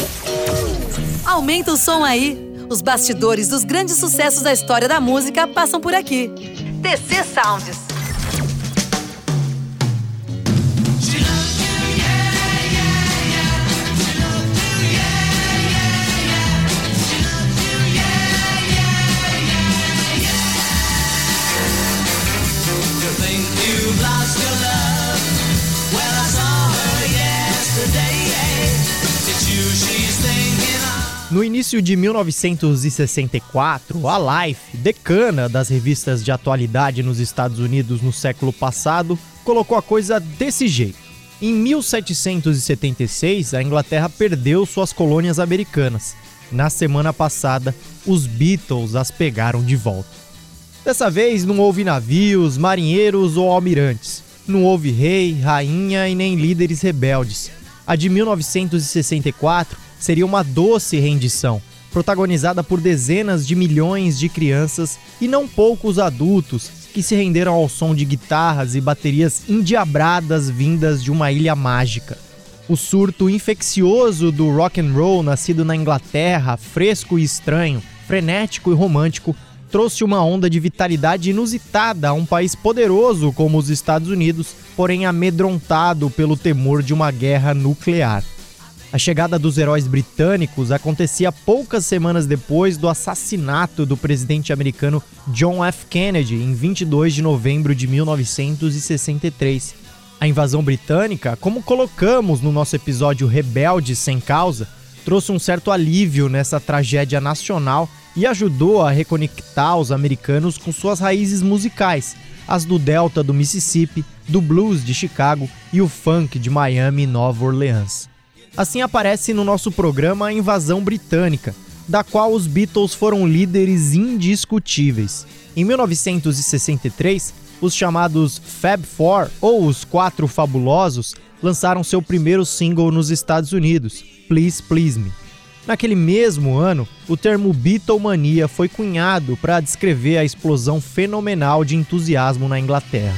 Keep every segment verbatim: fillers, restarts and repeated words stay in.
Aumenta o som aí. Os bastidores dos grandes sucessos da história da música passam por aqui. T C Sounds. No início de mil novecentos e sessenta e quatro, a Life, decana das revistas de atualidade nos Estados Unidos no século passado, colocou a coisa desse jeito. Em mil setecentos e setenta e seis, a Inglaterra perdeu suas colônias americanas. Na semana passada, os Beatles as pegaram de volta. Dessa vez, não houve navios, marinheiros ou almirantes. Não houve rei, rainha e nem líderes rebeldes. A de mil novecentos e sessenta e quatro seria uma doce rendição, protagonizada por dezenas de milhões de crianças e não poucos adultos que se renderam ao som de guitarras e baterias endiabradas vindas de uma ilha mágica. O surto infeccioso do rock and roll, nascido na Inglaterra, fresco e estranho, frenético e romântico, trouxe uma onda de vitalidade inusitada a um país poderoso como os Estados Unidos, porém amedrontado pelo temor de uma guerra nuclear. A chegada dos heróis britânicos acontecia poucas semanas depois do assassinato do presidente americano John F. Kennedy, em vinte e dois de novembro de mil novecentos e sessenta e três. A invasão britânica, como colocamos no nosso episódio Rebelde Sem Causa, trouxe um certo alívio nessa tragédia nacional e ajudou a reconectar os americanos com suas raízes musicais, as do Delta do Mississippi, do blues de Chicago e o funk de Miami e Nova Orleans. Assim aparece no nosso programa a invasão britânica, da qual os Beatles foram líderes indiscutíveis. Em mil novecentos e sessenta e três, os chamados Fab Four, ou os Quatro Fabulosos, lançaram seu primeiro single nos Estados Unidos, Please Please Me. Naquele mesmo ano, o termo Beatlemania foi cunhado para descrever a explosão fenomenal de entusiasmo na Inglaterra.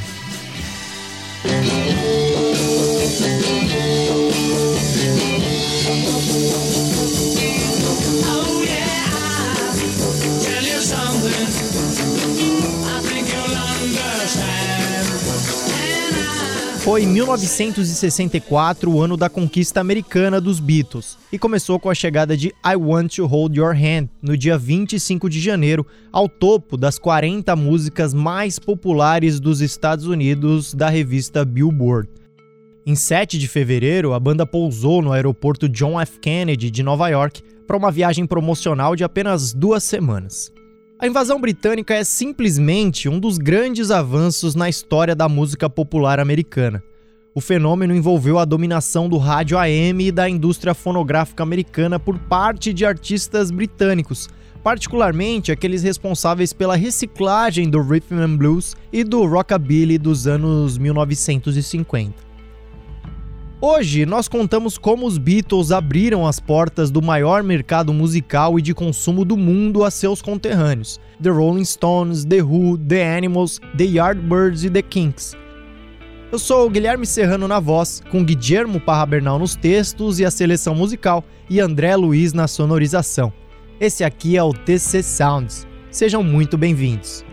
Foi em mil novecentos e sessenta e quatro o ano da conquista americana dos Beatles e começou com a chegada de I Want to Hold Your Hand no dia vinte e cinco de janeiro, ao topo das quarenta músicas mais populares dos Estados Unidos da revista Billboard. Em sete de fevereiro, a banda pousou no aeroporto John F. Kennedy de Nova York para uma viagem promocional de apenas duas semanas. A invasão britânica é simplesmente um dos grandes avanços na história da música popular americana. O fenômeno envolveu a dominação do rádio A M e da indústria fonográfica americana por parte de artistas britânicos, particularmente aqueles responsáveis pela reciclagem do rhythm and blues e do rockabilly dos anos mil novecentos e cinquenta. Hoje, nós contamos como os Beatles abriram as portas do maior mercado musical e de consumo do mundo a seus conterrâneos, The Rolling Stones, The Who, The Animals, The Yardbirds e The Kinks. Eu sou o Guilherme Serrano na voz, com Guillermo Parra Bernal nos textos e a seleção musical e André Luiz na sonorização. Esse aqui é o T C Sounds. Sejam muito bem-vindos.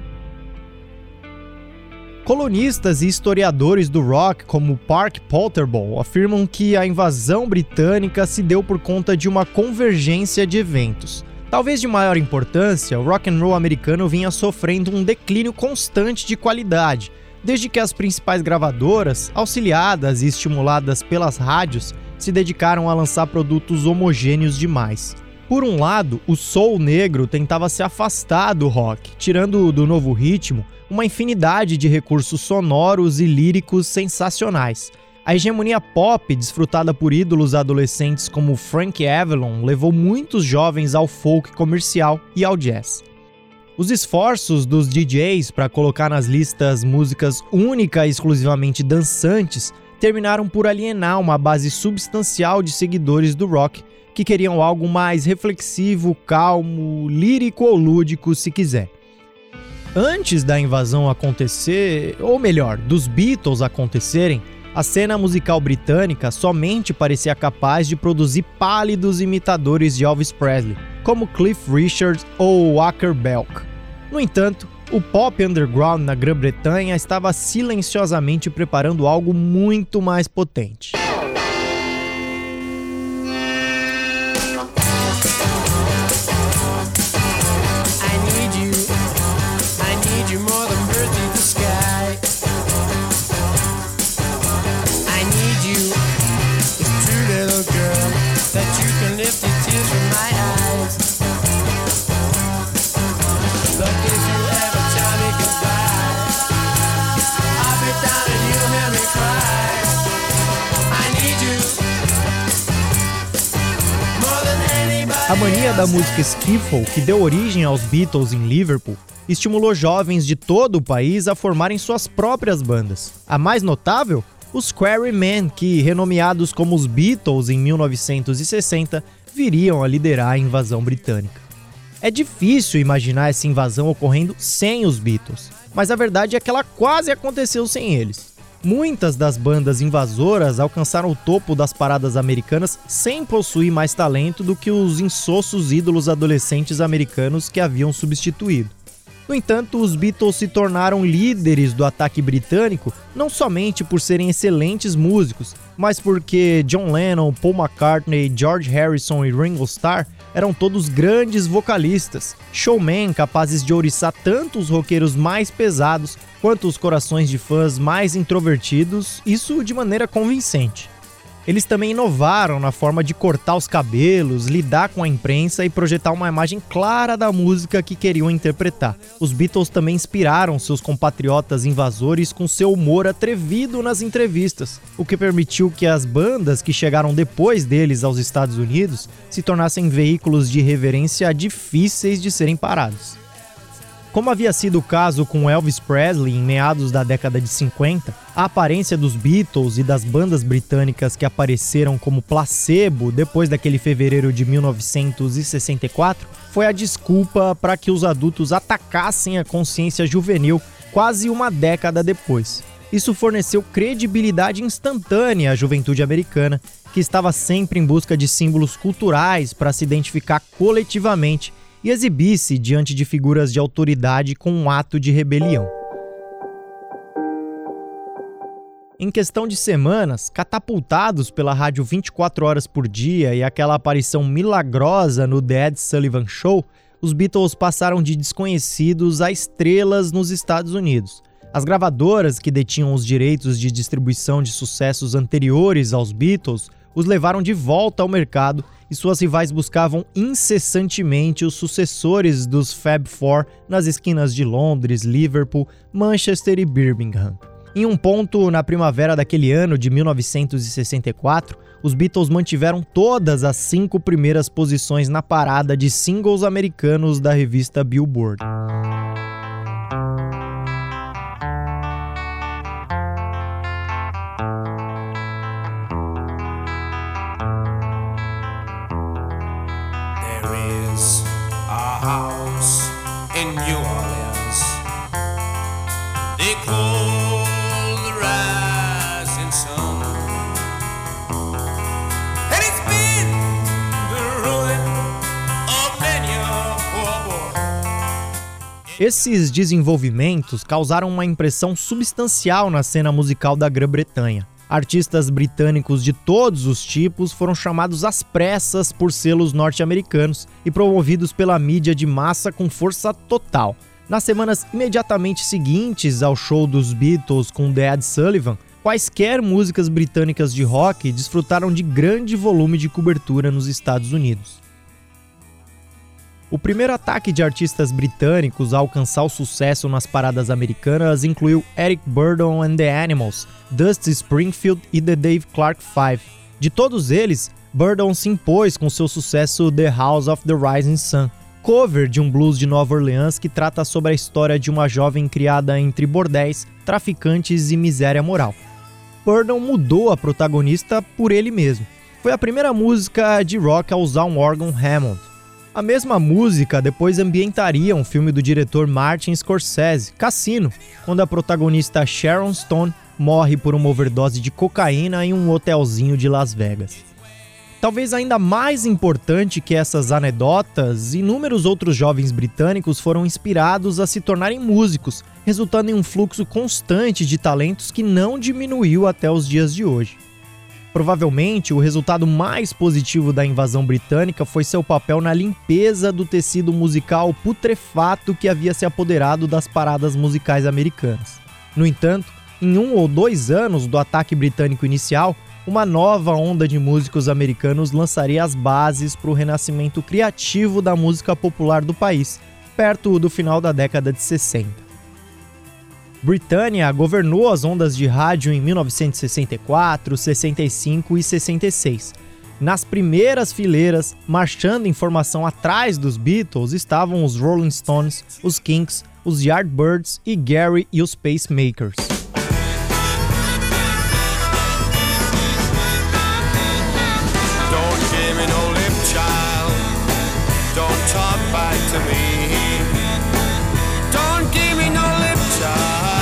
Colunistas e historiadores do rock, como Park Polterball, afirmam que a invasão britânica se deu por conta de uma convergência de eventos. Talvez de maior importância, o rock and roll americano vinha sofrendo um declínio constante de qualidade, desde que as principais gravadoras, auxiliadas e estimuladas pelas rádios, se dedicaram a lançar produtos homogêneos demais. Por um lado, o soul negro tentava se afastar do rock, tirando do novo ritmo uma infinidade de recursos sonoros e líricos sensacionais. A hegemonia pop, desfrutada por ídolos adolescentes como Frank Avalon, levou muitos jovens ao folk comercial e ao jazz. Os esforços dos D Js para colocar nas listas músicas única e exclusivamente dançantes terminaram por alienar uma base substancial de seguidores do rock que queriam algo mais reflexivo, calmo, lírico ou lúdico, se quiser. Antes da invasão acontecer, ou melhor, dos Beatles acontecerem, A cena musical britânica somente parecia capaz de produzir pálidos imitadores de Elvis Presley, como Cliff Richard ou Walker Belk. No entanto, o pop underground na Grã-Bretanha estava silenciosamente preparando algo muito mais potente. A mania da música skiffle, que deu origem aos Beatles em Liverpool, estimulou jovens de todo o país a formarem suas próprias bandas. A mais notável, os Quarrymen, que, renomeados como os Beatles em mil novecentos e sessenta, viriam a liderar a invasão britânica. É difícil imaginar essa invasão ocorrendo sem os Beatles, mas a verdade é que ela quase aconteceu sem eles. Muitas das bandas invasoras alcançaram o topo das paradas americanas sem possuir mais talento do que os insossos ídolos adolescentes americanos que haviam substituído. No entanto, os Beatles se tornaram líderes do ataque britânico não somente por serem excelentes músicos, mas porque John Lennon, Paul McCartney, George Harrison e Ringo Starr eram todos grandes vocalistas, showmen capazes de ouriçar tanto os roqueiros mais pesados quanto os corações de fãs mais introvertidos, isso de maneira convincente. Eles também inovaram na forma de cortar os cabelos, lidar com a imprensa e projetar uma imagem clara da música que queriam interpretar. Os Beatles também inspiraram seus compatriotas invasores com seu humor atrevido nas entrevistas, o que permitiu que as bandas que chegaram depois deles aos Estados Unidos se tornassem veículos de irreverência difíceis de serem parados. Como havia sido o caso com Elvis Presley em meados da década de cinquenta, a aparência dos Beatles e das bandas britânicas que apareceram como placebo depois daquele fevereiro de mil novecentos e sessenta e quatro foi a desculpa para que os adultos atacassem a consciência juvenil quase uma década depois. Isso forneceu credibilidade instantânea à juventude americana, que estava sempre em busca de símbolos culturais para se identificar coletivamente e exibir-se diante de figuras de autoridade com um ato de rebelião. Em questão de semanas, catapultados pela rádio vinte e quatro horas por dia e aquela aparição milagrosa no The Ed Sullivan Show, os Beatles passaram de desconhecidos a estrelas nos Estados Unidos. As gravadoras que detinham os direitos de distribuição de sucessos anteriores aos Beatles os levaram de volta ao mercado e suas rivais buscavam incessantemente os sucessores dos Fab Four nas esquinas de Londres, Liverpool, Manchester e Birmingham. Em um ponto na primavera daquele ano de mil novecentos e sessenta e quatro, os Beatles mantiveram todas as cinco primeiras posições na parada de singles americanos da revista Billboard. In New Orleans, they call the rising sun, and it's been the ruin of many a poor boy. Esses desenvolvimentos causaram uma impressão substancial na cena musical da Grã-Bretanha. Artistas britânicos de todos os tipos foram chamados às pressas por selos norte-americanos e promovidos pela mídia de massa com força total. Nas semanas imediatamente seguintes ao show dos Beatles com The Ed Sullivan, quaisquer músicas britânicas de rock desfrutaram de grande volume de cobertura nos Estados Unidos. O primeiro ataque de artistas britânicos a alcançar o sucesso nas paradas americanas incluiu Eric Burdon and the Animals, Dusty Springfield e The Dave Clark Five. De todos eles, Burdon se impôs com seu sucesso The House of the Rising Sun, cover de um blues de Nova Orleans que trata sobre a história de uma jovem criada entre bordéis, traficantes e miséria moral. Burdon mudou a protagonista por ele mesmo. Foi a primeira música de rock a usar um órgão Hammond. A mesma música depois ambientaria um filme do diretor Martin Scorsese, Cassino, quando a protagonista Sharon Stone morre por uma overdose de cocaína em um hotelzinho de Las Vegas. Talvez ainda mais importante que essas anedotas, inúmeros outros jovens britânicos foram inspirados a se tornarem músicos, resultando em um fluxo constante de talentos que não diminuiu até os dias de hoje. Provavelmente, o resultado mais positivo da invasão britânica foi seu papel na limpeza do tecido musical putrefato que havia se apoderado das paradas musicais americanas. No entanto, em um ou dois anos do ataque britânico inicial, uma nova onda de músicos americanos lançaria as bases para o renascimento criativo da música popular do país, perto do final da década de sessenta. Britânia governou as ondas de rádio em mil novecentos e sessenta e quatro, sessenta e cinco e sessenta e seis. Nas primeiras fileiras, marchando em formação atrás dos Beatles, estavam os Rolling Stones, os Kinks, os Yardbirds e Gary e os Pacemakers. Don't give me no lip, child. Don't talk back to me. Don't give me no lip, child.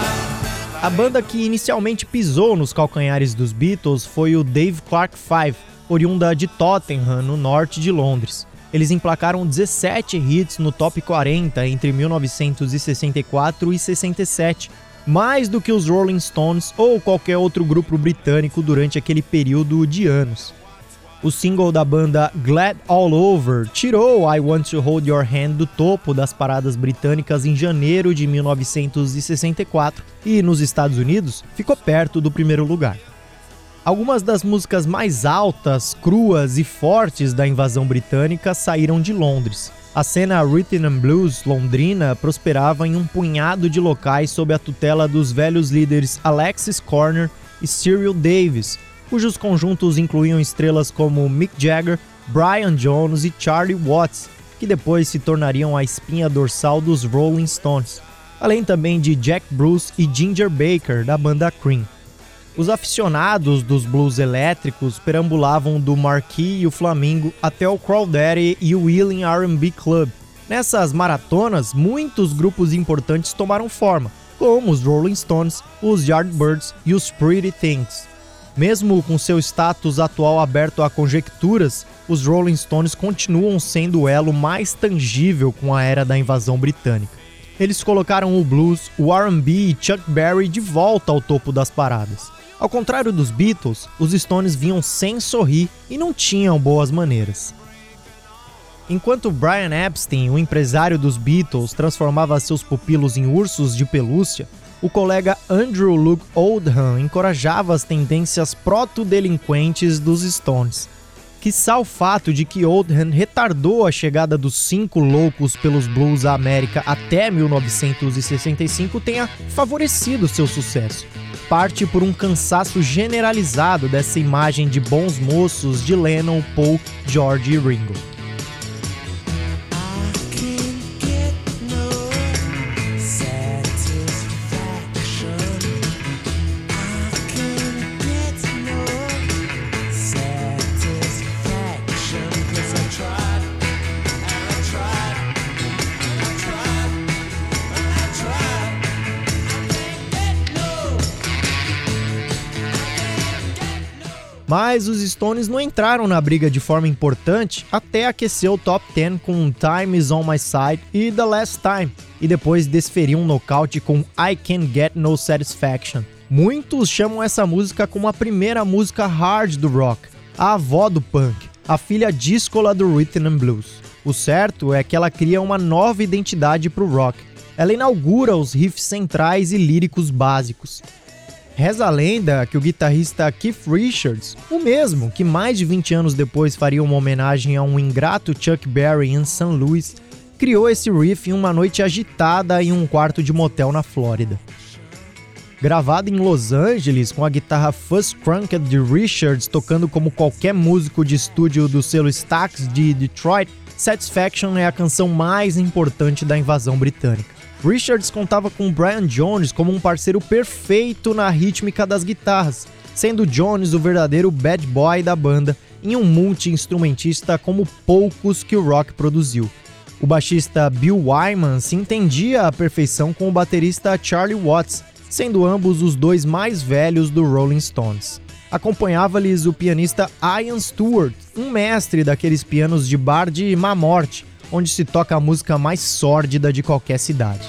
A banda que inicialmente pisou nos calcanhares dos Beatles foi o Dave Clark Five, oriunda de Tottenham, no norte de Londres. Eles emplacaram dezessete hits no Top quarenta entre mil novecentos e sessenta e quatro e sessenta e sete, mais do que os Rolling Stones ou qualquer outro grupo britânico durante aquele período de anos. O single da banda Glad All Over tirou I Want to Hold Your Hand do topo das paradas britânicas em janeiro de mil novecentos e sessenta e quatro e, nos Estados Unidos, ficou perto do primeiro lugar. Algumas das músicas mais altas, cruas e fortes da invasão britânica saíram de Londres. A cena Rhythm and Blues londrina prosperava em um punhado de locais sob a tutela dos velhos líderes Alexis Corner e Cyril Davis, cujos conjuntos incluíam estrelas como Mick Jagger, Brian Jones e Charlie Watts, que depois se tornariam a espinha dorsal dos Rolling Stones, além também de Jack Bruce e Ginger Baker, da banda Cream. Os aficionados dos blues elétricos perambulavam do Marquee e o Flamingo até o Crawdaddy e o Ealing R and B Club. Nessas maratonas, muitos grupos importantes tomaram forma, como os Rolling Stones, os Yardbirds e os Pretty Things. Mesmo com seu status atual aberto a conjecturas, os Rolling Stones continuam sendo o elo mais tangível com a era da invasão britânica. Eles colocaram o blues, o R and B e Chuck Berry de volta ao topo das paradas. Ao contrário dos Beatles, os Stones vinham sem sorrir e não tinham boas maneiras. Enquanto Brian Epstein, o empresário dos Beatles, transformava seus pupilos em ursos de pelúcia, o colega Andrew Luke Oldham encorajava as tendências proto-delinquentes dos Stones. Quiçá o fato de que Oldham retardou a chegada dos cinco loucos pelos blues à América até mil novecentos e sessenta e cinco tenha favorecido seu sucesso. Parte por um cansaço generalizado dessa imagem de bons moços de Lennon, Paul, George e Ringo. Mas os Stones não entraram na briga de forma importante até aquecer o Top dez com Time Is On My Side e The Last Time, e depois desferir um nocaute com I Can't Get No Satisfaction. Muitos chamam essa música como a primeira música hard do rock, a avó do punk, a filha díscola do Rhythm and Blues. O certo é que ela cria uma nova identidade para o rock. Ela inaugura os riffs centrais e líricos básicos. Reza a lenda que o guitarrista Keith Richards, o mesmo que mais de vinte anos depois faria uma homenagem a um ingrato Chuck Berry em Saint Louis, criou esse riff em uma noite agitada em um quarto de motel na Flórida. Gravado em Los Angeles, com a guitarra Fuzz Cranked de Richards tocando como qualquer músico de estúdio do selo Stax de Detroit, Satisfaction é a canção mais importante da invasão britânica. Richards contava com Brian Jones como um parceiro perfeito na rítmica das guitarras, sendo Jones o verdadeiro bad boy da banda e um multi-instrumentista como poucos que o rock produziu. O baixista Bill Wyman se entendia à perfeição com o baterista Charlie Watts, sendo ambos os dois mais velhos do Rolling Stones. Acompanhava-lhes o pianista Ian Stewart, um mestre daqueles pianos de bar de má morte, onde se toca a música mais sórdida de qualquer cidade.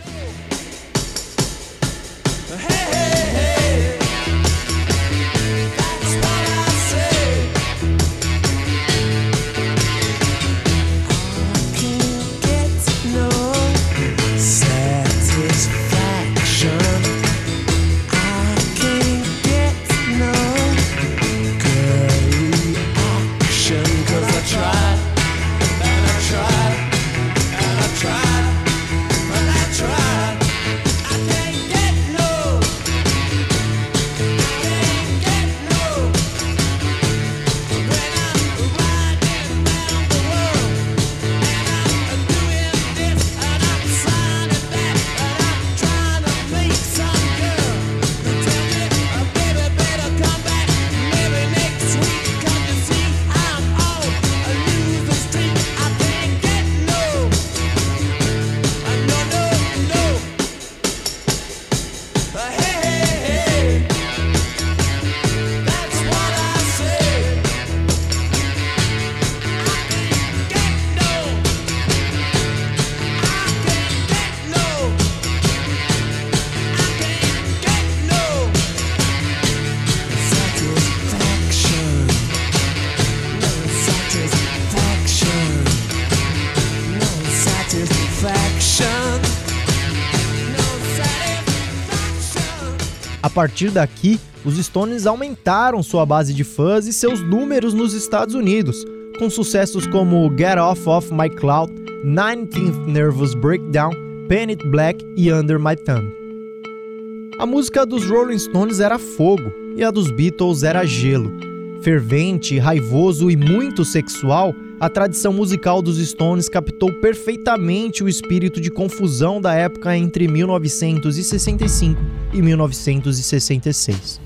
A partir daqui, os Stones aumentaram sua base de fãs e seus números nos Estados Unidos, com sucessos como Get Off of My Cloud, nineteenth Nervous Breakdown, Paint It Black e Under My Thumb. A música dos Rolling Stones era fogo e a dos Beatles era gelo. Fervente, raivoso e muito sexual, a tradição musical dos Stones captou perfeitamente o espírito de confusão da época entre mil novecentos e sessenta e cinco e mil novecentos e sessenta e seis.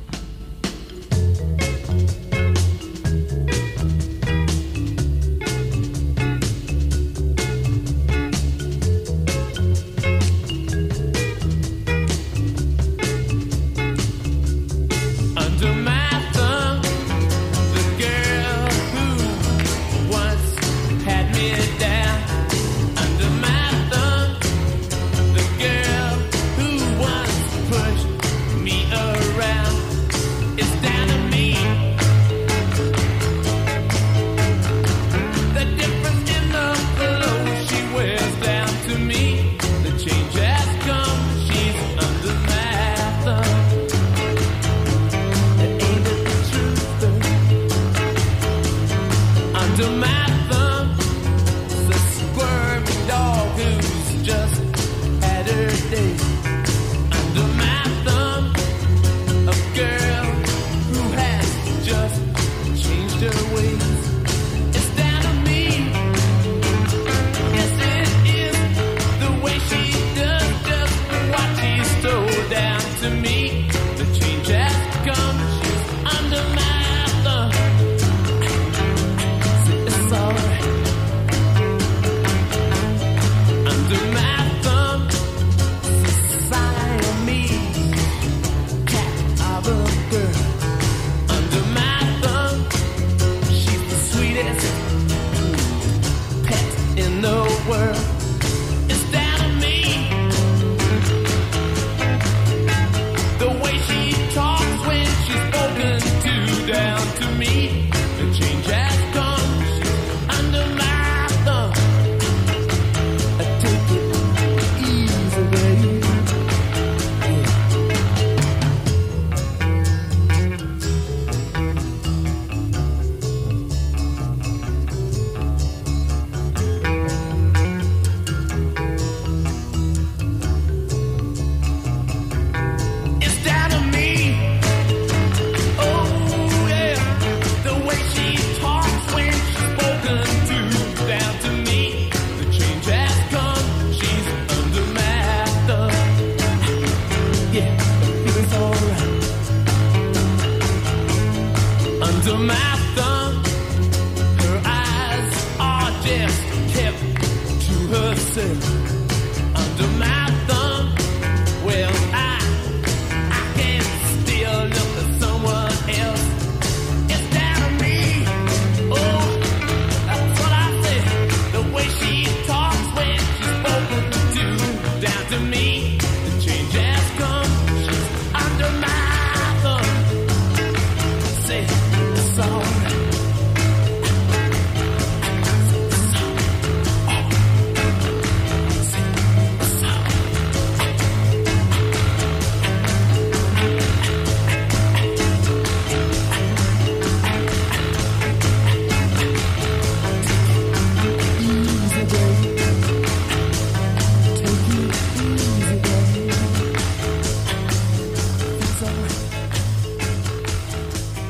It's all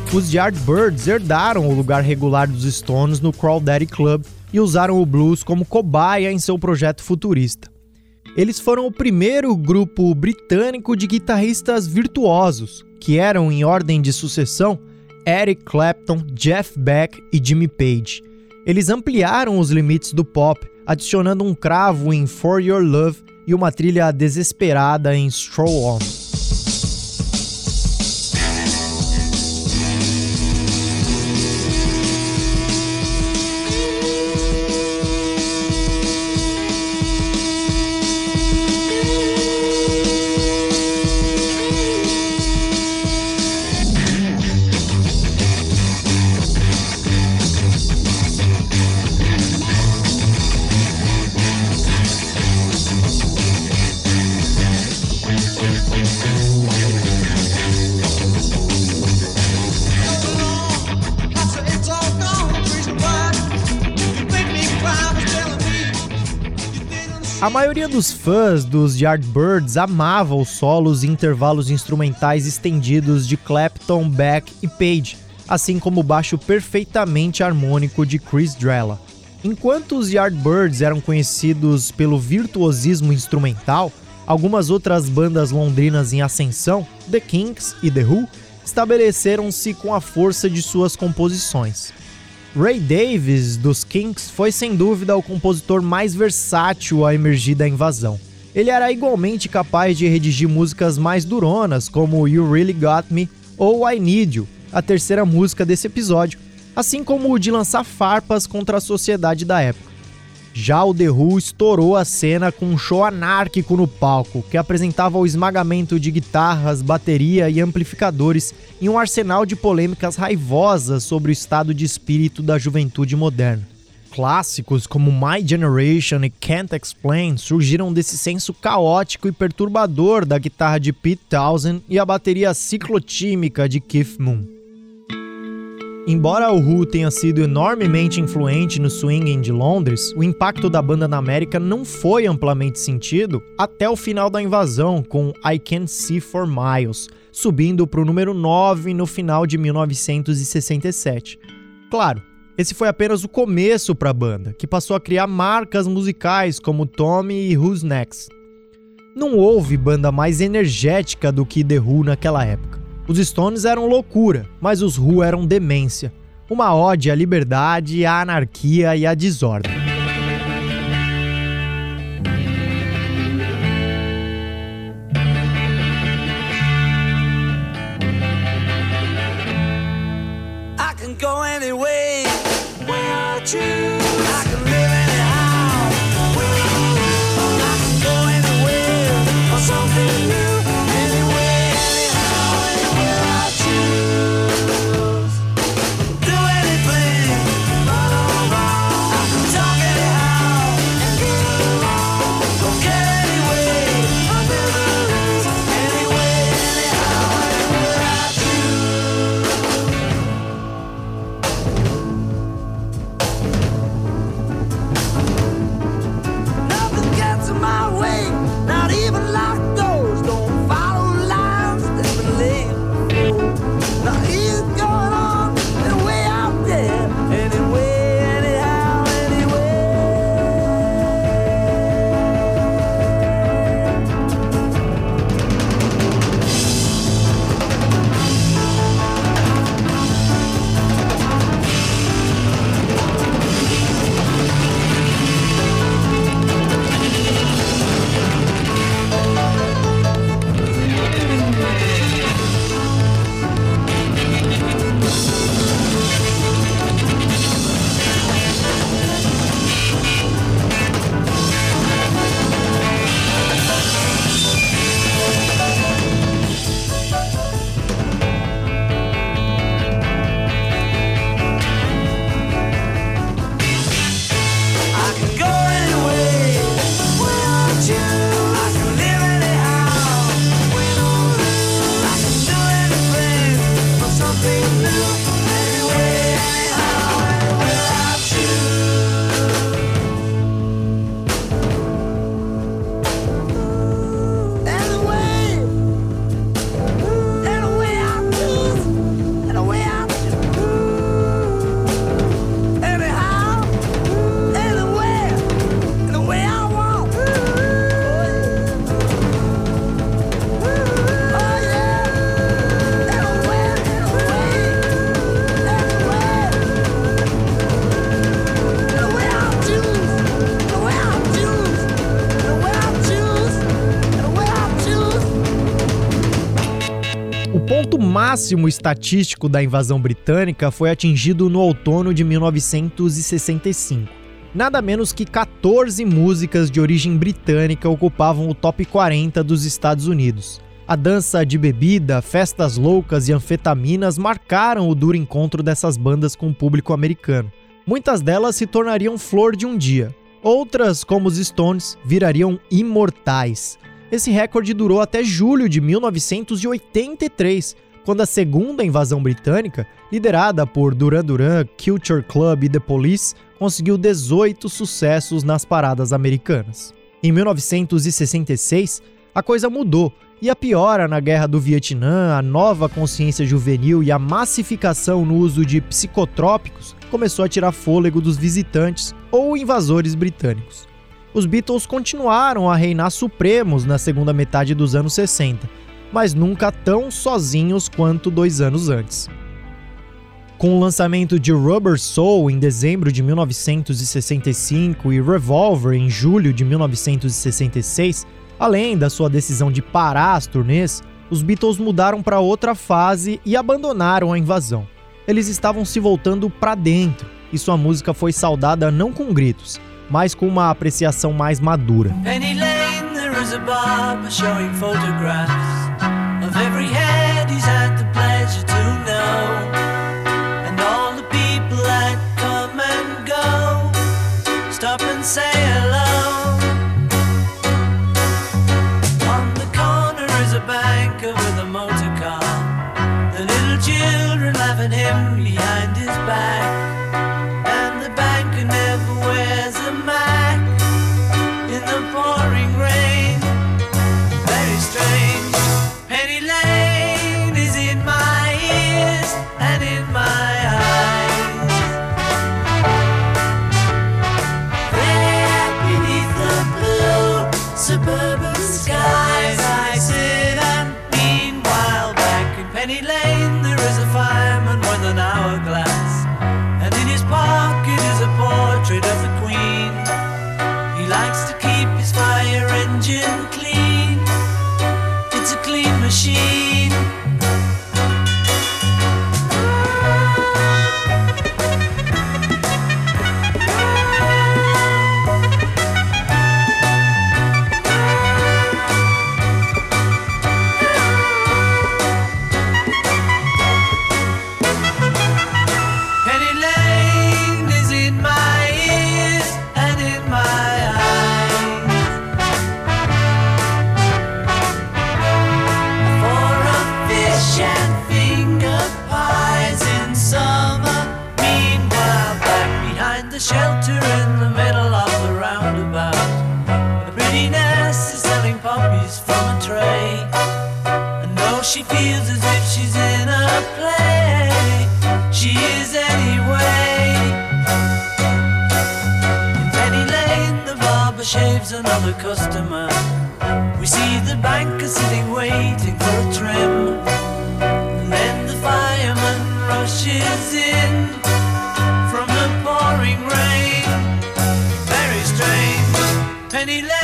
os Yardbirds herdaram o lugar regular dos Stones no Crawdaddy Club e usaram o blues como cobaia em seu projeto futurista. Eles foram o primeiro grupo britânico de guitarristas virtuosos, que eram, em ordem de sucessão, Eric Clapton, Jeff Beck e Jimmy Page. Eles ampliaram os limites do pop, adicionando um cravo em For Your Love e uma trilha desesperada em Stroll On. A maioria dos fãs dos Yardbirds amava os solos e intervalos instrumentais estendidos de Clapton, Beck e Page, assim como o baixo perfeitamente harmônico de Chris Drella. Enquanto os Yardbirds eram conhecidos pelo virtuosismo instrumental, algumas outras bandas londrinas em ascensão, The Kinks e The Who, estabeleceram-se com a força de suas composições. Ray Davies, dos Kinks, foi sem dúvida o compositor mais versátil a emergir da invasão. Ele era igualmente capaz de redigir músicas mais duronas, como You Really Got Me ou I Need You, a terceira música desse episódio, assim como o de lançar farpas contra a sociedade da época. Já o The Who estourou a cena com um show anárquico no palco, que apresentava o esmagamento de guitarras, bateria e amplificadores em um arsenal de polêmicas raivosas sobre o estado de espírito da juventude moderna. Clássicos como My Generation e Can't Explain surgiram desse senso caótico e perturbador da guitarra de Pete Townshend e a bateria ciclotímica de Keith Moon. Embora o Who tenha sido enormemente influente no swinging de Londres, o impacto da banda na América não foi amplamente sentido até o final da invasão, com I Can't See For Miles, subindo para o número nove no final de mil novecentos e sessenta e sete. Claro, esse foi apenas o começo para a banda, que passou a criar marcas musicais como Tommy e Who's Next. Não houve banda mais energética do que The Who naquela época. Os Stones eram loucura, mas os Who eram demência. Uma ode à liberdade, à anarquia e à desordem. I can go anyway where I choose. I can live anyhow where I can go anywhere for something new. máximo estatístico da invasão britânica foi atingido no outono de mil novecentos e sessenta e cinco. Nada menos que quatorze músicas de origem britânica ocupavam o top quarenta dos Estados Unidos. A dança de bebida, festas loucas e anfetaminas marcaram o duro encontro dessas bandas com o público americano. Muitas delas se tornariam flor de um dia. Outras, como os Stones, virariam imortais. Esse recorde durou até julho de mil novecentos e oitenta e três, quando a segunda invasão britânica, liderada por Duran Duran, Culture Club e The Police, conseguiu dezoito sucessos nas paradas americanas. Em mil novecentos e sessenta e seis, a coisa mudou, e a piora na Guerra do Vietnã, a nova consciência juvenil e a massificação no uso de psicotrópicos começou a tirar fôlego dos visitantes ou invasores britânicos. Os Beatles continuaram a reinar supremos na segunda metade dos anos sessenta, mas nunca tão sozinhos quanto dois anos antes. Com o lançamento de Rubber Soul em dezembro de mil novecentos e sessenta e cinco e Revolver em julho de mil novecentos e sessenta e seis, além da sua decisão de parar as turnês, os Beatles mudaram para outra fase e abandonaram a invasão. Eles estavam se voltando para dentro, e sua música foi saudada não com gritos, mas com uma apreciação mais madura. Penny Lane, there is a barber showing photographs of every head he's had the pleasure to know, and all the people that come and go, stop and say hello. On the corner is a banker with a motor car, the little children laugh at him behind his back. She feels as if she's in a play. She is anyway. In Penny Lane, the barber shaves another customer. We see the banker sitting waiting for a trim, and then the fireman rushes in from the pouring rain. Very strange. Penny Lane.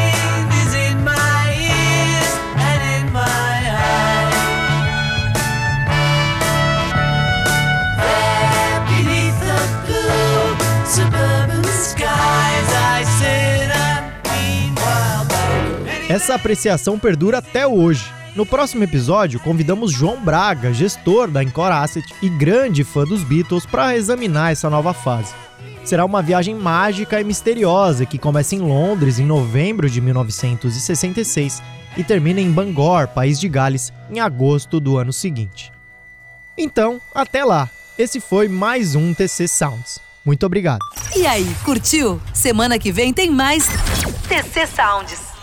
Essa apreciação perdura até hoje. No próximo episódio, convidamos João Braga, gestor da Encore Asset e grande fã dos Beatles, para examinar essa nova fase. Será uma viagem mágica e misteriosa que começa em Londres em novembro de mil novecentos e sessenta e seis e termina em Bangor, País de Gales, em agosto do ano seguinte. Então, até lá! Esse foi mais um T C Sounds. Muito obrigado. E aí, curtiu? Semana que vem tem mais T C Sounds.